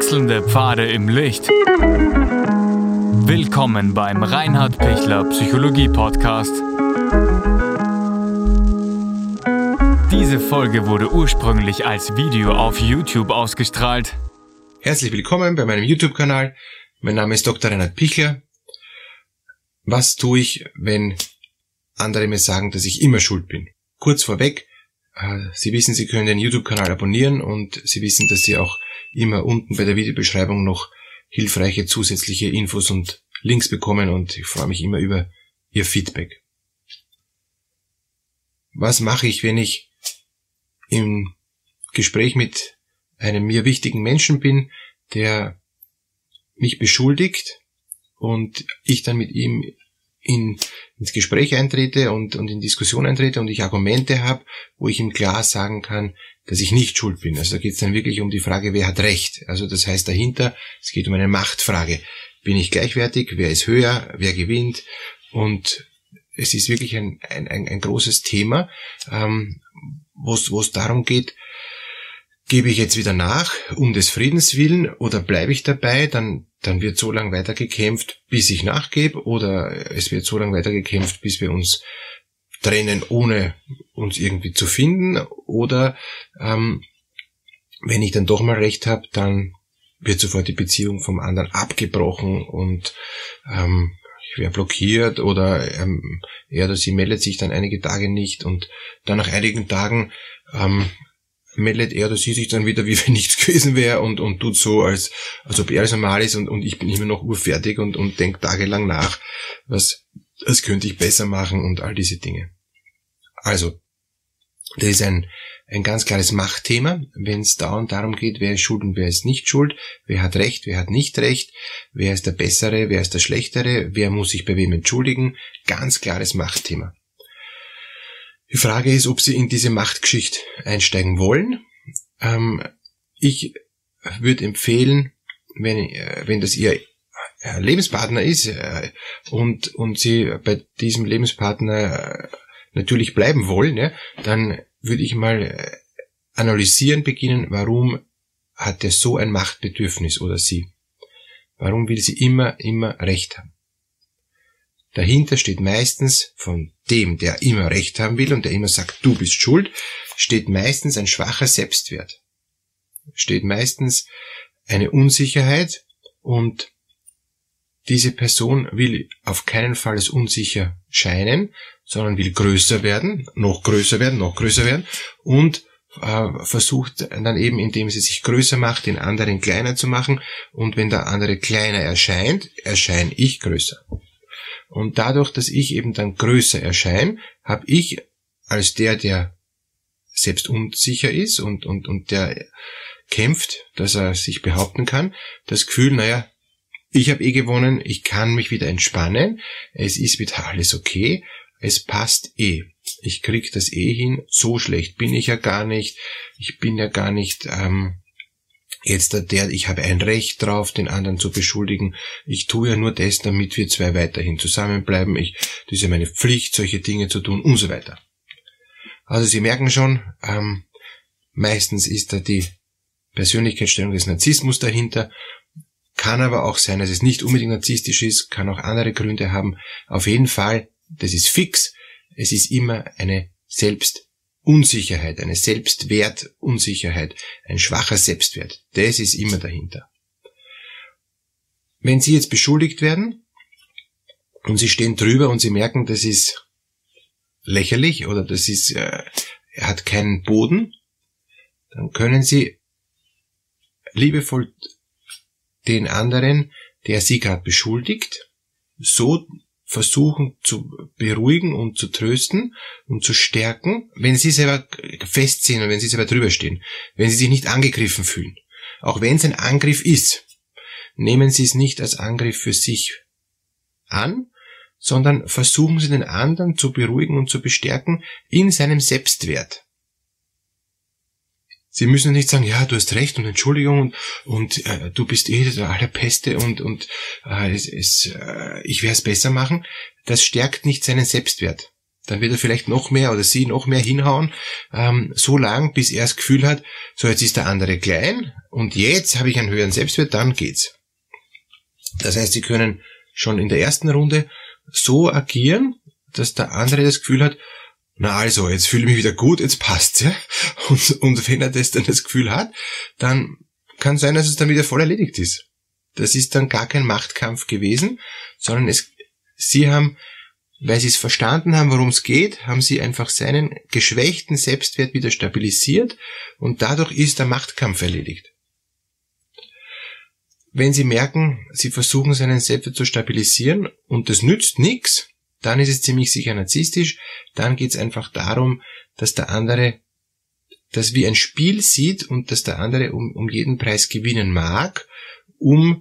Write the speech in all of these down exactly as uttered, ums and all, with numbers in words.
Wechselnde Pfade im Licht. Willkommen beim Reinhard Pichler Psychologie Podcast. Diese Folge wurde ursprünglich als Video auf YouTube ausgestrahlt. Herzlich willkommen bei meinem YouTube-Kanal. Mein Name ist Doktor Reinhard Pichler. Was tue ich, wenn andere mir sagen, dass ich immer schuld bin? Kurz vorweg, Sie wissen, Sie können den YouTube-Kanal abonnieren und Sie wissen, dass Sie auch immer unten bei der Videobeschreibung noch hilfreiche zusätzliche Infos und Links bekommen und ich freue mich immer über Ihr Feedback. Was mache ich, wenn ich im Gespräch mit einem mir wichtigen Menschen bin, der mich beschuldigt und ich dann mit ihm in, ins Gespräch eintrete und, und in Diskussion eintrete und ich Argumente habe, wo ich ihm klar sagen kann, dass ich nicht schuld bin. Also da geht es dann wirklich um die Frage, wer hat Recht. Also das heißt dahinter, es geht um eine Machtfrage. Bin ich gleichwertig? Wer ist höher? Wer gewinnt? Und es ist wirklich ein, ein, ein, ein großes Thema, ähm, wo es darum geht, gebe ich jetzt wieder nach, um des Friedens willen, oder bleibe ich dabei, dann dann wird so lange weitergekämpft, bis ich nachgebe, oder es wird so lange weitergekämpft, bis wir uns trennen, ohne uns irgendwie zu finden, oder ähm, wenn ich dann doch mal recht habe, dann wird sofort die Beziehung vom anderen abgebrochen und ähm, ich werde blockiert, oder ähm, er oder sie meldet sich dann einige Tage nicht und dann nach einigen Tagen ähm, meldet er oder sie sich dann wieder, wie wenn nichts gewesen wäre und und tut so, als als ob er alles normal ist und und ich bin immer noch urfertig und und denke tagelang nach, was das könnte ich besser machen und all diese Dinge. Also, das ist ein ein ganz klares Machtthema, wenn es dauernd darum geht, wer ist schuld und wer ist nicht schuld, wer hat Recht, wer hat nicht Recht, wer ist der Bessere, wer ist der Schlechtere, wer muss sich bei wem entschuldigen, ganz klares Machtthema. Die Frage ist, ob Sie in diese Machtgeschichte einsteigen wollen. Ähm, ich würde empfehlen, wenn, wenn das Ihr Lebenspartner ist äh, und, und Sie bei diesem Lebenspartner natürlich bleiben wollen, ja, dann würde ich mal analysieren beginnen, warum hat er so ein Machtbedürfnis oder sie? Warum will sie immer, immer Recht haben? Dahinter steht meistens von dem, der immer Recht haben will und der immer sagt, du bist schuld, steht meistens ein schwacher Selbstwert. Steht meistens eine Unsicherheit und diese Person will auf keinen Fall als unsicher scheinen, sondern will größer werden, noch größer werden, noch größer werden und äh, versucht dann eben, indem sie sich größer macht, den anderen kleiner zu machen und wenn der andere kleiner erscheint, erscheine ich größer. Und dadurch, dass ich eben dann größer erscheine, habe ich als der, der selbst unsicher ist und, und, und der kämpft, dass er sich behaupten kann, das Gefühl, naja, ich habe eh gewonnen, ich kann mich wieder entspannen, es ist wieder alles okay, es passt eh. Ich krieg das eh hin, so schlecht bin ich ja gar nicht, ich bin ja gar nicht ähm, jetzt der, ich habe ein Recht drauf, den anderen zu beschuldigen. Ich tue ja nur das, damit wir zwei weiterhin zusammenbleiben. Ich, das ist ja meine Pflicht, solche Dinge zu tun und so weiter. Also Sie merken schon, ähm, meistens ist da die Persönlichkeitsstellung des Narzissmus dahinter. Kann aber auch sein, dass es nicht unbedingt narzisstisch ist, kann auch andere Gründe haben. Auf jeden Fall, das ist fix, es ist immer eine Selbstunsicherheit, eine Selbstwertunsicherheit, ein schwacher Selbstwert. Das ist immer dahinter. Wenn Sie jetzt beschuldigt werden und Sie stehen drüber und Sie merken, das ist lächerlich oder das ist, äh, er hat keinen Boden, dann können Sie liebevoll den anderen, der Sie gerade beschuldigt, so versuchen zu beruhigen und zu trösten und zu stärken, wenn Sie selber festziehen und wenn Sie selber drüber stehen, wenn Sie sich nicht angegriffen fühlen. Auch wenn es ein Angriff ist, nehmen Sie es nicht als Angriff für sich an, sondern versuchen Sie den anderen zu beruhigen und zu bestärken in seinem Selbstwert. Sie müssen nicht sagen, ja, du hast recht und Entschuldigung und, und äh, du bist eh der Allerbeste und, und äh, es, es, äh, ich werde es besser machen. Das stärkt nicht seinen Selbstwert. dann wird er vielleicht noch mehr oder sie noch mehr hinhauen, ähm, so lang, bis er das Gefühl hat, so jetzt ist der andere klein und jetzt habe ich einen höheren Selbstwert, dann geht's. Das heißt, sie können schon in der ersten Runde so agieren, dass der andere das Gefühl hat, na also, jetzt fühle ich mich wieder gut, jetzt passt's, ja. Und, und wenn er das dann das Gefühl hat, dann kann sein, dass es dann wieder voll erledigt ist. Das ist dann gar kein Machtkampf gewesen, sondern es, sie haben, weil sie es verstanden haben, worum es geht, haben sie einfach seinen geschwächten Selbstwert wieder stabilisiert und dadurch ist der Machtkampf erledigt. Wenn sie merken, sie versuchen seinen Selbstwert zu stabilisieren und das nützt nichts, dann ist es ziemlich sicher narzisstisch, dann geht es einfach darum, dass der andere das wie ein Spiel sieht und dass der andere um, um jeden Preis gewinnen mag, um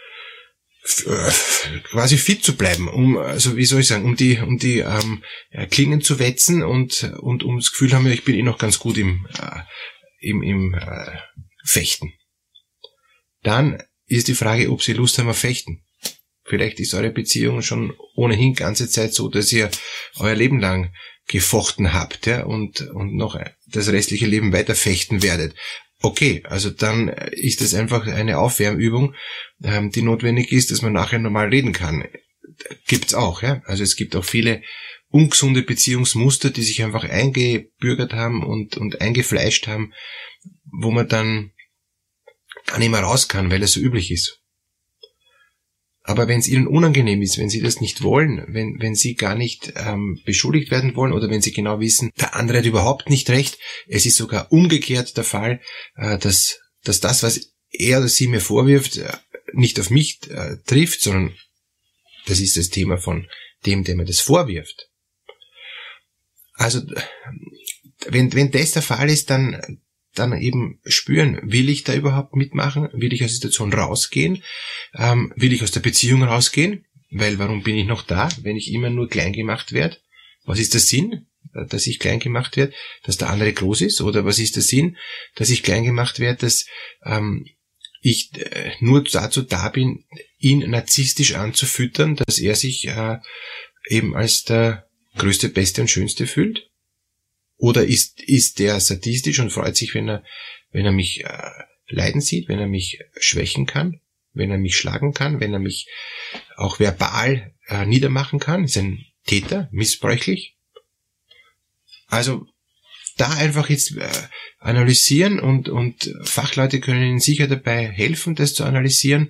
quasi fit zu bleiben, um, also wie soll ich sagen, um die, um die ähm, Klingen zu wetzen und und um das Gefühl haben, ja, ich bin eh noch ganz gut im äh, im, im äh, Fechten. Dann ist die Frage, ob Sie Lust haben auf Fechten. Vielleicht ist eure Beziehung schon ohnehin ganze Zeit so, dass ihr euer Leben lang gefochten habt, ja, und und noch das restliche Leben weiter fechten werdet. Okay, also dann ist das einfach eine Aufwärmübung, ähm, die notwendig ist, dass man nachher normal reden kann. Gibt's auch, ja. Also es gibt auch viele ungesunde Beziehungsmuster, die sich einfach eingebürgert haben und und eingefleischt haben, wo man dann gar nicht mehr raus kann, weil es so üblich ist. Aber wenn es ihnen unangenehm ist, wenn sie das nicht wollen, wenn wenn sie gar nicht ähm, beschuldigt werden wollen oder wenn sie genau wissen, der andere hat überhaupt nicht recht, es ist sogar umgekehrt der Fall, äh, dass dass das, was er oder sie mir vorwirft, äh, nicht auf mich äh, trifft, sondern das ist das Thema von dem, der mir das vorwirft. Also wenn wenn das der Fall ist, dann dann eben spüren, will ich da überhaupt mitmachen? Will ich aus der Situation rausgehen? Ähm, will ich aus der Beziehung rausgehen? Weil warum bin ich noch da, wenn ich immer nur klein gemacht werde? Was ist der Sinn, dass ich klein gemacht werde? Dass der andere groß ist? Oder was ist der Sinn, dass ich klein gemacht werde, dass ähm, ich äh, nur dazu da bin, ihn narzisstisch anzufüttern, dass er sich äh, eben als der größte, beste und schönste fühlt? Oder ist ist der sadistisch und freut sich, wenn er wenn er mich äh, leiden sieht, wenn er mich schwächen kann, wenn er mich schlagen kann, wenn er mich auch verbal äh, niedermachen kann? Ist ein Täter, missbräuchlich? Also da einfach jetzt äh, analysieren und und Fachleute können Ihnen sicher dabei helfen, das zu analysieren.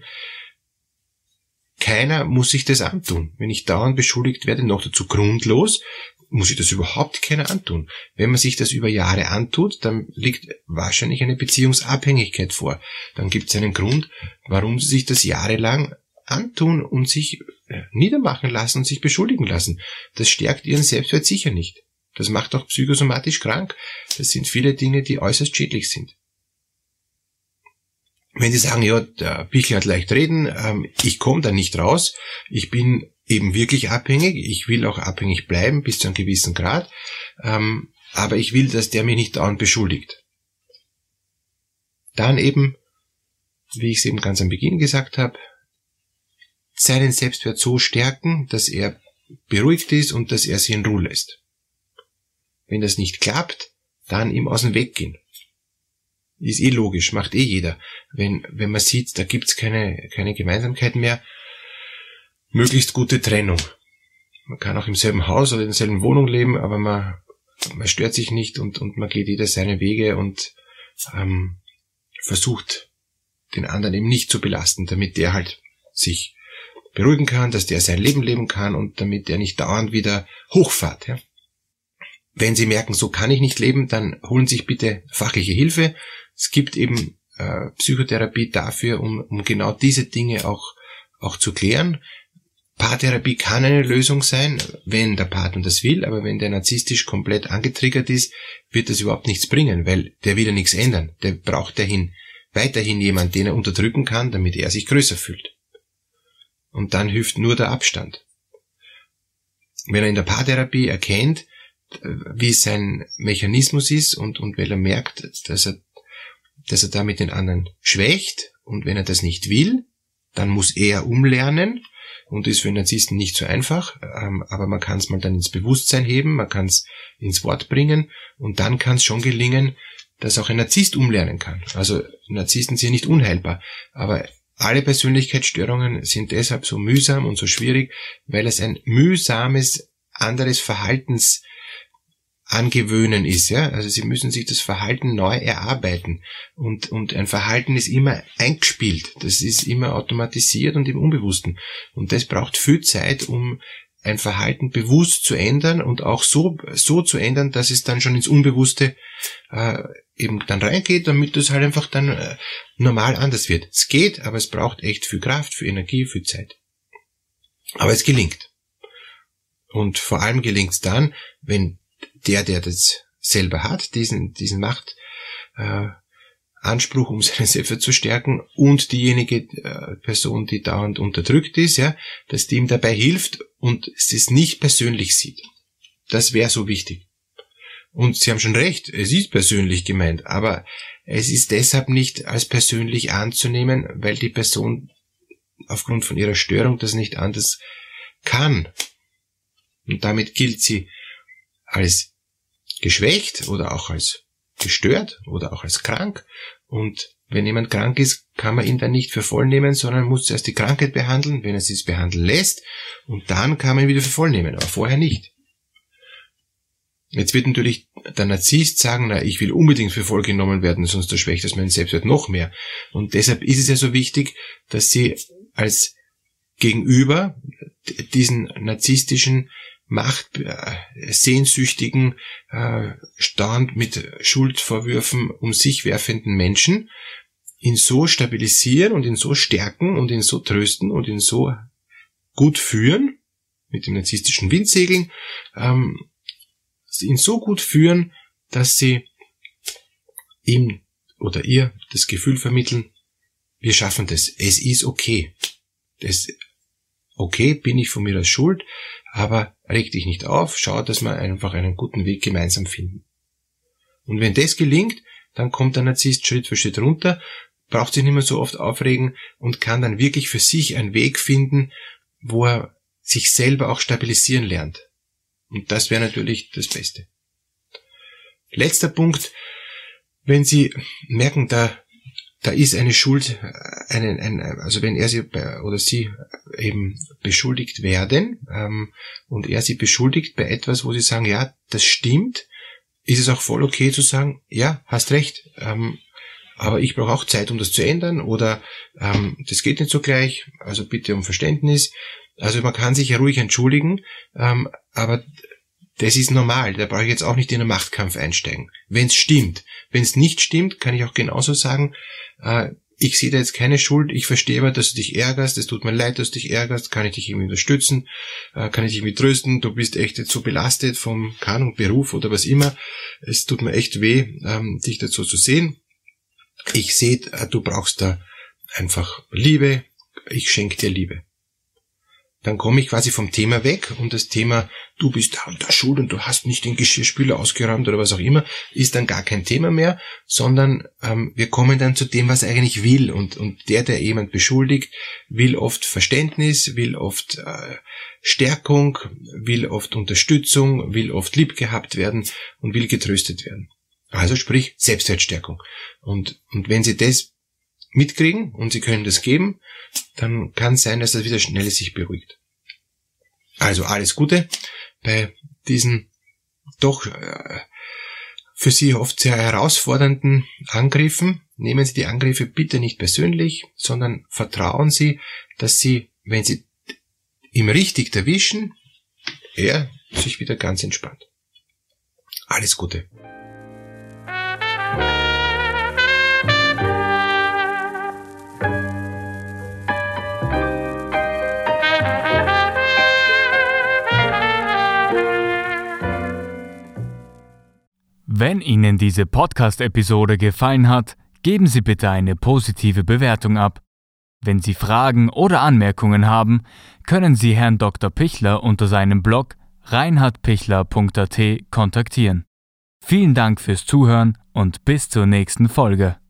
Keiner muss sich das antun. Wenn ich dauernd beschuldigt werde, noch dazu grundlos, muss ich das überhaupt keiner antun. Wenn man sich das über Jahre antut, dann liegt wahrscheinlich eine Beziehungsabhängigkeit vor. Dann gibt es einen Grund, warum sie sich das jahrelang antun und sich niedermachen lassen und sich beschuldigen lassen. Das stärkt ihren Selbstwert sicher nicht. Das macht auch psychosomatisch krank. Das sind viele Dinge, die äußerst schädlich sind. Wenn Sie sagen, ja, der Bichl hat leicht reden, ähm, ich komme da nicht raus, ich bin eben wirklich abhängig, ich will auch abhängig bleiben bis zu einem gewissen Grad, ähm, aber ich will, dass der mich nicht dauernd beschuldigt. Dann eben, wie ich es eben ganz am Beginn gesagt habe, seinen Selbstwert so stärken, dass er beruhigt ist und dass er sie in Ruhe lässt. Wenn das nicht klappt, dann ihm aus dem Weg gehen. Ist eh logisch, macht eh jeder. Wenn wenn man sieht, da gibt's keine keine Gemeinsamkeit mehr, möglichst gute Trennung. Man kann auch im selben Haus oder in derselben Wohnung leben, aber man man stört sich nicht und und man geht jeder seine Wege und ähm, versucht den anderen eben nicht zu belasten, damit der halt sich beruhigen kann, dass der sein Leben leben kann und damit der nicht dauernd wieder hochfährt. Ja. Wenn Sie merken, so kann ich nicht leben, dann holen Sie sich bitte fachliche Hilfe. Es gibt eben äh, Psychotherapie dafür, um, um genau diese Dinge auch, auch zu klären. Paartherapie kann eine Lösung sein, wenn der Partner das will, aber wenn der narzisstisch komplett angetriggert ist, wird das überhaupt nichts bringen, weil der will ja nichts ändern. Der braucht dahin weiterhin jemanden, den er unterdrücken kann, damit er sich größer fühlt. Und dann hilft nur der Abstand. Wenn er in der Paartherapie erkennt, wie sein Mechanismus ist und, und weil er merkt, dass er, dass er damit den anderen schwächt und wenn er das nicht will, dann muss er umlernen, und ist für einen Narzissten nicht so einfach, ähm, aber man kann es mal dann ins Bewusstsein heben, man kann es ins Wort bringen und dann kann es schon gelingen, dass auch ein Narzisst umlernen kann. Also Narzissten sind nicht unheilbar, aber alle Persönlichkeitsstörungen sind deshalb so mühsam und so schwierig, weil es ein mühsames, anderes Verhaltens angewöhnen ist, ja. Also sie müssen sich das Verhalten neu erarbeiten. Und, und ein Verhalten ist immer eingespielt. Das ist immer automatisiert und im Unbewussten. Und das braucht viel Zeit, um ein Verhalten bewusst zu ändern und auch so, so zu ändern, dass es dann schon ins Unbewusste äh, eben dann reingeht, damit das halt einfach dann äh, normal anders wird. Es geht, aber es braucht echt viel Kraft, viel Energie, viel Zeit. Aber es gelingt. Und vor allem gelingt es dann, wenn der, der das selber hat, diesen, diesen Macht, äh, Anspruch, um seine Selbst zu stärken, und diejenige äh, Person, die dauernd unterdrückt ist, ja, dass die ihm dabei hilft und es nicht persönlich sieht. Das wäre so wichtig. Und Sie haben schon recht, es ist persönlich gemeint, aber es ist deshalb nicht als persönlich anzunehmen, weil die Person aufgrund von ihrer Störung das nicht anders kann. Und damit gilt sie als geschwächt oder auch als gestört oder auch als krank. Und wenn jemand krank ist, kann man ihn dann nicht für voll nehmen, sondern muss zuerst die Krankheit behandeln, wenn er sich behandeln lässt, und dann kann man ihn wieder für voll nehmen, aber vorher nicht. Jetzt wird natürlich der Narzisst sagen, na, ich will unbedingt für voll genommen werden, sonst erschwächt das meinen Selbstwert noch mehr. Und deshalb ist es ja so wichtig, dass Sie als Gegenüber diesen narzisstischen Macht, äh, sehnsüchtigen, äh, dauernd mit Schuldvorwürfen um sich werfenden Menschen ihn so stabilisieren und ihn so stärken und ihn so trösten und ihn so gut führen, mit dem narzisstischen Windsegeln, ähm, ihn so gut führen, dass sie ihm oder ihr das Gefühl vermitteln, wir schaffen das, es ist okay. Das, okay, bin ich von mir aus schuld, aber reg dich nicht auf, schau, dass wir einfach einen guten Weg gemeinsam finden. Und wenn das gelingt, dann kommt der Narzisst Schritt für Schritt runter, braucht sich nicht mehr so oft aufregen und kann dann wirklich für sich einen Weg finden, wo er sich selber auch stabilisieren lernt. Und das wäre natürlich das Beste. Letzter Punkt, wenn Sie merken, da da ist eine Schuld, eine, ein, also wenn er sie oder sie eben beschuldigt werden ähm, und er sie beschuldigt bei etwas, wo Sie sagen, ja, das stimmt, ist es auch voll okay zu sagen, ja, hast recht, ähm, aber ich brauche auch Zeit, um das zu ändern, oder ähm, das geht nicht so gleich, also bitte um Verständnis. Also man kann sich ja ruhig entschuldigen, ähm, aber das ist normal, da brauche ich jetzt auch nicht in einen Machtkampf einsteigen. Wenn es stimmt. Wenn es nicht stimmt, kann ich auch genauso sagen, äh, ich sehe da jetzt keine Schuld, ich verstehe aber, dass du dich ärgerst, es tut mir leid, dass du dich ärgerst, kann ich dich irgendwie unterstützen, äh, kann ich dich irgendwie trösten, du bist echt jetzt so belastet vom, keine Ahnung, Beruf oder was immer, es tut mir echt weh, ähm, dich dazu zu sehen. Ich sehe, äh, du brauchst da einfach Liebe, ich schenke dir Liebe. Dann komme ich quasi vom Thema weg und das Thema, du bist da und da schuld und du hast nicht den Geschirrspüler ausgeräumt oder was auch immer, ist dann gar kein Thema mehr, sondern ähm, wir kommen dann zu dem, was er eigentlich will. Und, und der, der jemand beschuldigt, will oft Verständnis, will oft äh, Stärkung, will oft Unterstützung, will oft lieb gehabt werden und will getröstet werden. Also sprich Selbstwertstärkung. Und, und wenn Sie das mitkriegen und Sie können das geben, dann kann es sein, dass das wieder schnell sich beruhigt. Also alles Gute bei diesen doch äh, für Sie oft sehr herausfordernden Angriffen. Nehmen Sie die Angriffe bitte nicht persönlich, sondern vertrauen Sie, dass Sie, wenn Sie ihm richtig erwischen, er sich wieder ganz entspannt. Alles Gute. Wenn Ihnen diese Podcast-Episode gefallen hat, geben Sie bitte eine positive Bewertung ab. Wenn Sie Fragen oder Anmerkungen haben, können Sie Herrn Doktor Pichler unter seinem Blog reinhard pichler punkt a t kontaktieren. Vielen Dank fürs Zuhören und bis zur nächsten Folge.